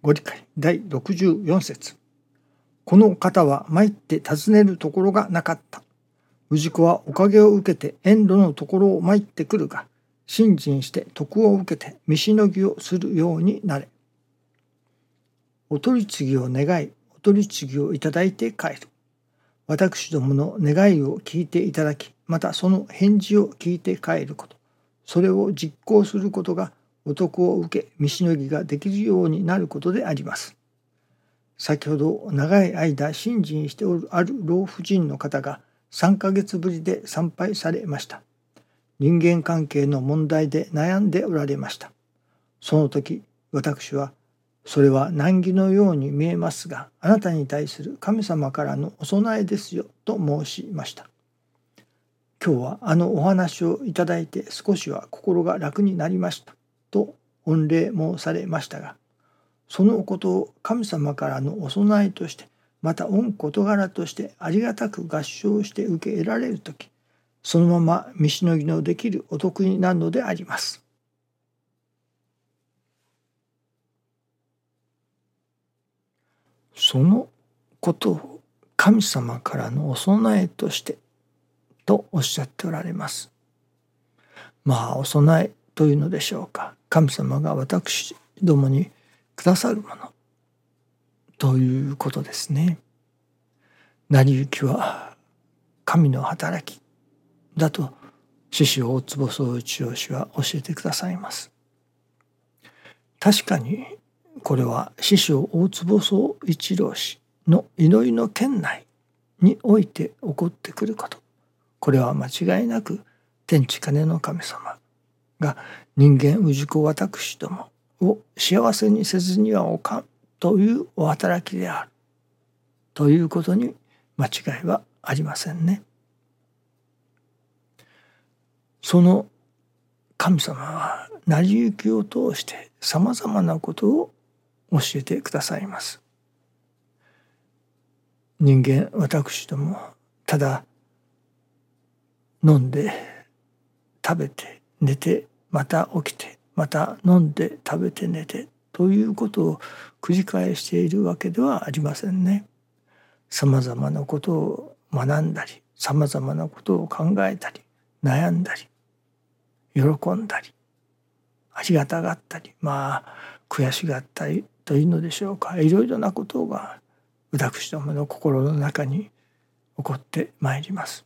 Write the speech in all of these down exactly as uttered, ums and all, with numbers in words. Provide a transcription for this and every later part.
ご理解だいろくじゅうよん節。この方は参って尋ねるところがなかった。氏子はおかげを受けて遠路のところを参ってくるが、信心して徳を受けて見しのぎをするようになれ。お取り次ぎを願い、お取り次ぎをいただいて帰る。私どもの願いを聞いていただき、またその返事を聞いて帰ること、それを実行することがお徳を受け、見しのぎができるようになることであります。先ほど長い間信心しておるある老婦人の方がさんかげつぶりで参拝されました。人間関係の問題で悩んでおられました。その時、私は、それは難儀のように見えますが、あなたに対する神様からのお供えですよ、と申しました。今日はあのお話をいただいて少しは心が楽になりました、と御礼申されましたが、そのことを神様からのお供えとして、また御事柄としてありがたく合唱して受け得られるとき、そのまま見しのぎのできるお得になるのであります。そのことを神様からのお供えとしてとおっしゃっておられます。まあお供えというのでしょうか。神様が私どもにくださるものということですね。成り行きは神の働きだと師匠大坪宗一郎氏は教えてくださいます。確かにこれは師匠大坪宗一郎氏の祈りの圏内において起こってくること、これは間違いなく天地金の神様が人間氏子私どもを幸せにせずにはおかんというお働きであるということに間違いはありませんね。その神様は成り行きを通してさまざまなことを教えてくださいます。人間私どもただ飲んで食べて寝てまた起きてまた飲んで食べて寝てということを繰り返しているわけではありませんね。さまざまなことを学んだり、さまざまなことを考えたり、悩んだり、喜んだり、ありがたがったり、まあ悔しがったりというのでしょうか。いろいろなことが私どもの心の中に起こってまいります。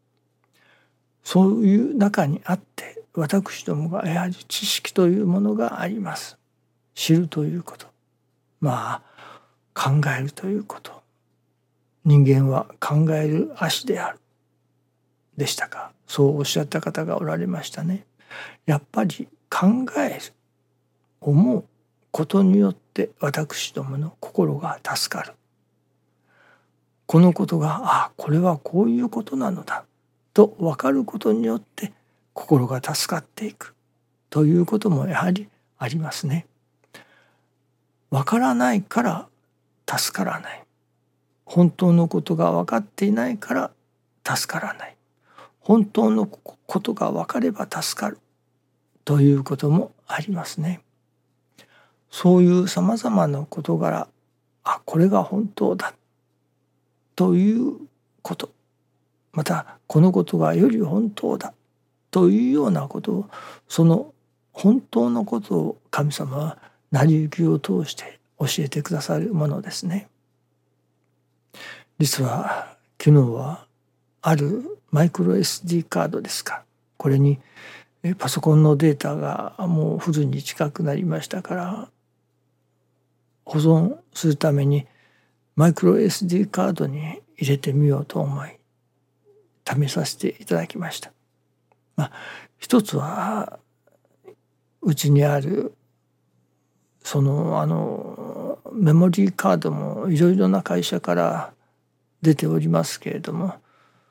そういう中にあって私どもがやはり知識というものがあります。知るということ、まあ考えるということ、人間は考える足であるでしたか。そうおっしゃった方がおられましたね。やっぱり考える、思うことによって私どもの心が助かる。このことが、あ、これはこういうことなのだと分かることによって心が助かっていくということもやはりありますね。分からないから助からない。本当のことが分かっていないから助からない。本当のことが分かれば助かるということもありますね。そういうさまざまな事柄、あ、これが本当だということ、またこのことがより本当だというようなことを、その本当のことを神様は成り行きを通して教えてくださるものですね。実は昨日はあるマイクロ エスディー カードですか、これにパソコンのデータがもうフルに近くなりましたから保存するためにマイクロ エスディー カードに入れてみようと思い試させていただきました。まあ、一つはうちにあるそのあのメモリーカードもいろいろな会社から出ておりますけれども、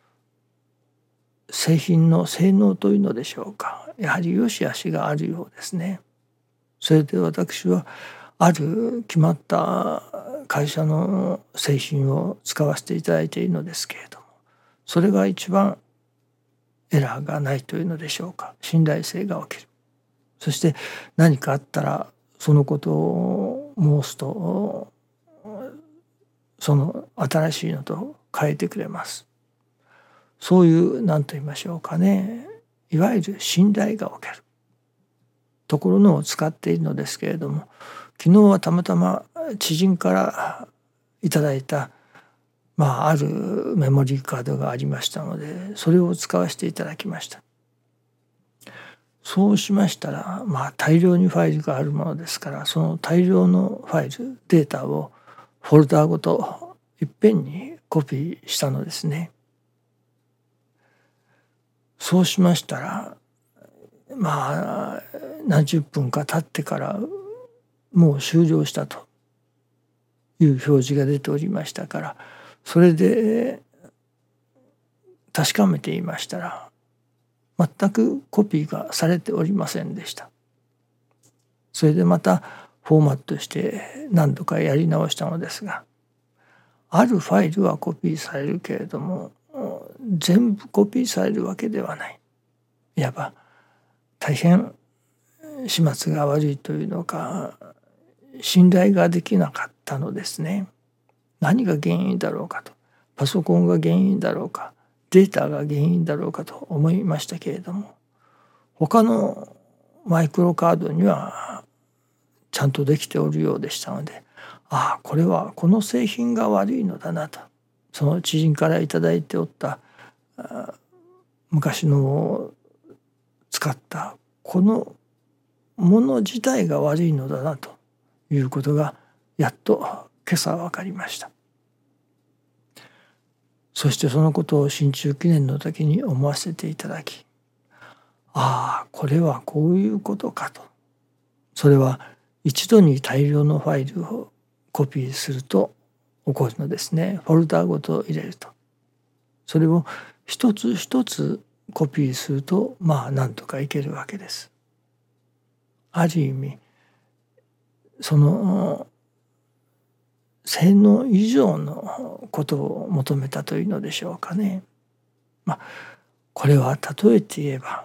製品の性能というのでしょうか、やはり良し悪しがあるようですね。それで私はある決まった会社の製品を使わせていただいているのですけれども、それが一番エラーがないというのでしょうか、信頼性が起きる。そして何かあったらそのことを申すとその新しいのと変えてくれます。そういう何と言いましょうかね、いわゆる信頼がおけるところのを使っているのですけれども、昨日はたまたま知人からいただいた、まあ、あるメモリーカードがありましたので、それを使わせていただきました。そうしましたら、まあ、大量にファイルがあるものですから、その大量のファイルデータをフォルダーごといっぺんにコピーしたのですね。そうしましたら、まあ何十分か経ってからもう終了したという表示が出ておりましたから、それで確かめていましたら、全くコピーがされておりませんでした。それでまたフォーマットして何度かやり直したのですが、あるファイルはコピーされるけれども、全部コピーされるわけではない。いわば大変始末が悪いというのか、信頼ができなかったのですね。何が原因だろうかと、パソコンが原因だろうか、データが原因だろうかと思いましたけれども、他のマイクロカードにはちゃんとできておるようでしたので、ああこれはこの製品が悪いのだなと、その知人からいただいておった昔の使ったこのもの自体が悪いのだなということがやっと今朝分かりました。そしてそのことを新中記念の時に思わせていただき、ああこれはこういうことかと。それは一度に大量のファイルをコピーすると起こるのですね。フォルダごと入れると、それを一つ一つコピーするとまあなんとかいけるわけです。ある意味その性能以上のことを求めたというのでしょうかね。まあこれは例えて言えば、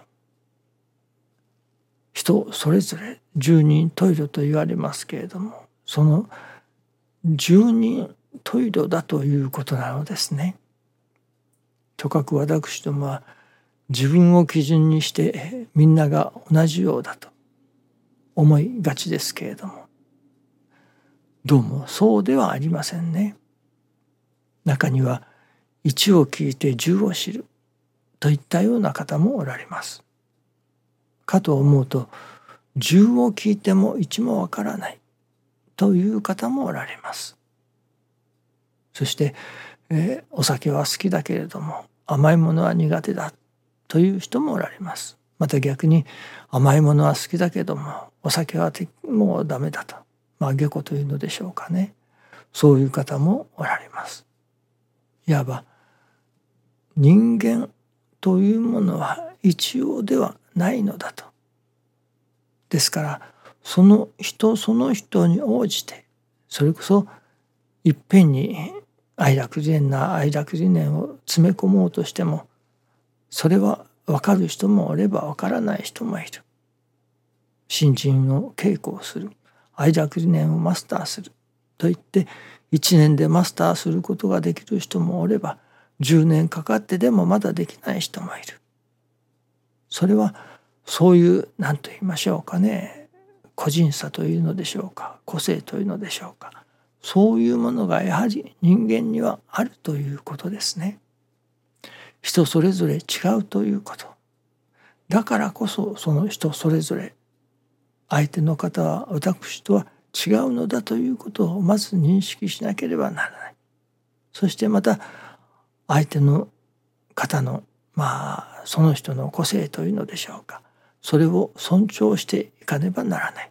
人それぞれ十人十色と言われますけれども、その十人十色だということなのですね。とかく私どもは自分を基準にしてみんなが同じようだと思いがちですけれども、どうもそうではありませんね。中には一を聞いて十を知るといったような方もおられます。かと思うと、十を聞いても一もわからないという方もおられます。そして、えー、お酒は好きだけれども甘いものは苦手だという人もおられます。また逆に甘いものは好きだけどもお酒はもうダメだと、まあ下戸というのでしょうかね。そういう方もおられます。いわば人間というものは一様ではないのだと。ですからその人その人に応じて、それこそいっぺんに愛楽理念な愛楽理念を詰め込もうとしても、それは分かる人もおれば分からない人もいる。新人の稽古をする、愛楽理念をマスターするといっていちねんでマスターすることができる人もおれば、じゅうねんかかってでもまだできない人もいる。それはそういう何と言いましょうかね、個人差というのでしょうか、個性というのでしょうか、そういうものがやはり人間にはあるということですね。人それぞれ違うということ。だからこそその人それぞれ相手の方は私とは違うのだということをまず認識しなければならない。そしてまた相手の方のまあその人の個性というのでしょうか、それを尊重していかねばならない。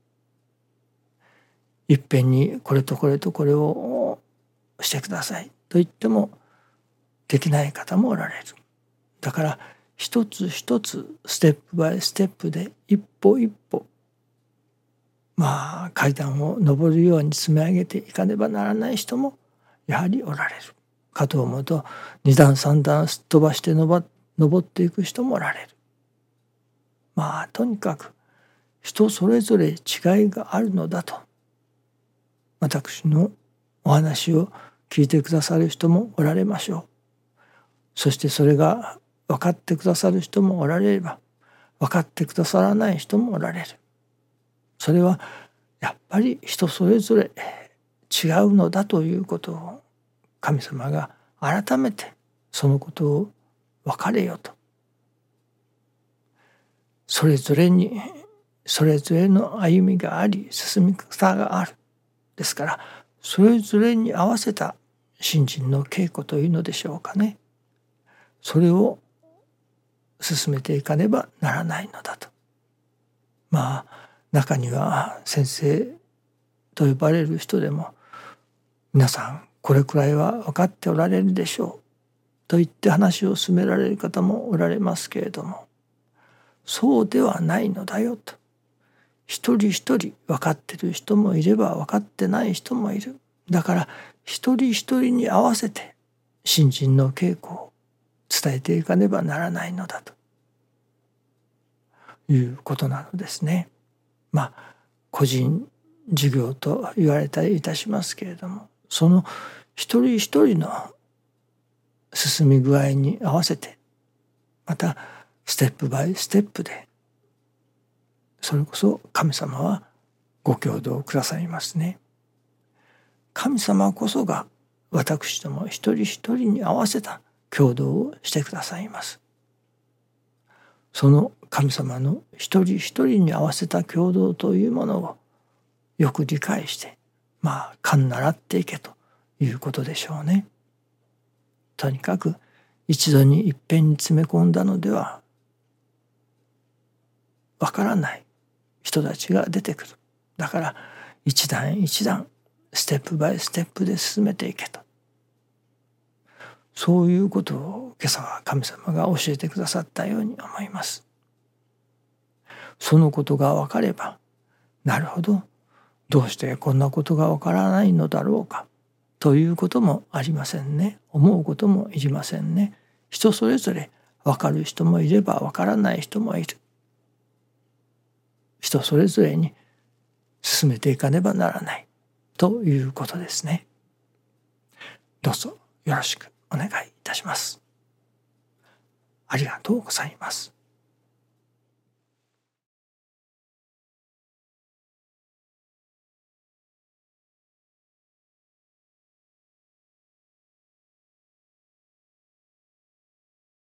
いっぺんにこれとこれとこれをしてくださいと言ってもできない方もおられる。だから一つ一つステップバイステップで一歩一歩まあ階段を上るように積み上げていかねばならない人もやはりおられる。かと思うと二段三段すっ飛ばして上っていく人もおられる。まあとにかく人それぞれ違いがあるのだと私のお話を聞いてくださる人もおられましょう。そしてそれが分かってくださる人もおられれば、分かってくださらない人もおられる。それはやっぱり人それぞれ違うのだということを神様が改めてそのことを分かれよと。それぞれにそれぞれの歩みがあり進み方がある。ですからそれぞれに合わせた信心の稽古というのでしょうかね。それを進めていかねばならないのだと。まあ中には先生と呼ばれる人でも皆さんこれくらいは分かっておられるでしょうと言って話を進められる方もおられますけれども、そうではないのだよと。一人一人分かってる人もいれば分かってない人もいる。だから一人一人に合わせて信心の稽古を伝えていかねばならないのだということなのですね。まあ個人事業と言われたりいたしますけれども、その一人一人の進み具合に合わせて、またステップバイステップで、それこそ神様はご教導をくださいますね。神様こそが私ども一人一人に合わせた教導をしてくださいます。その神様の一人一人に合わせた教導というものをよく理解して、まあ勘習っていけということでしょうね。とにかく一度にいっぺんに詰め込んだのではわからない人たちが出てくる。だから一段一段ステップバイステップで進めていけと、そういうことを今朝は神様が教えてくださったように思います。そのことが分かれば、なるほど、どうしてこんなことが分からないのだろうかということもありませんね。思うこともいりませんね。人それぞれ分かる人もいれば分からない人もいる。人それぞれに進めていかねばならないということですね。どうぞよろしくお願いいたします。ありがとうございます。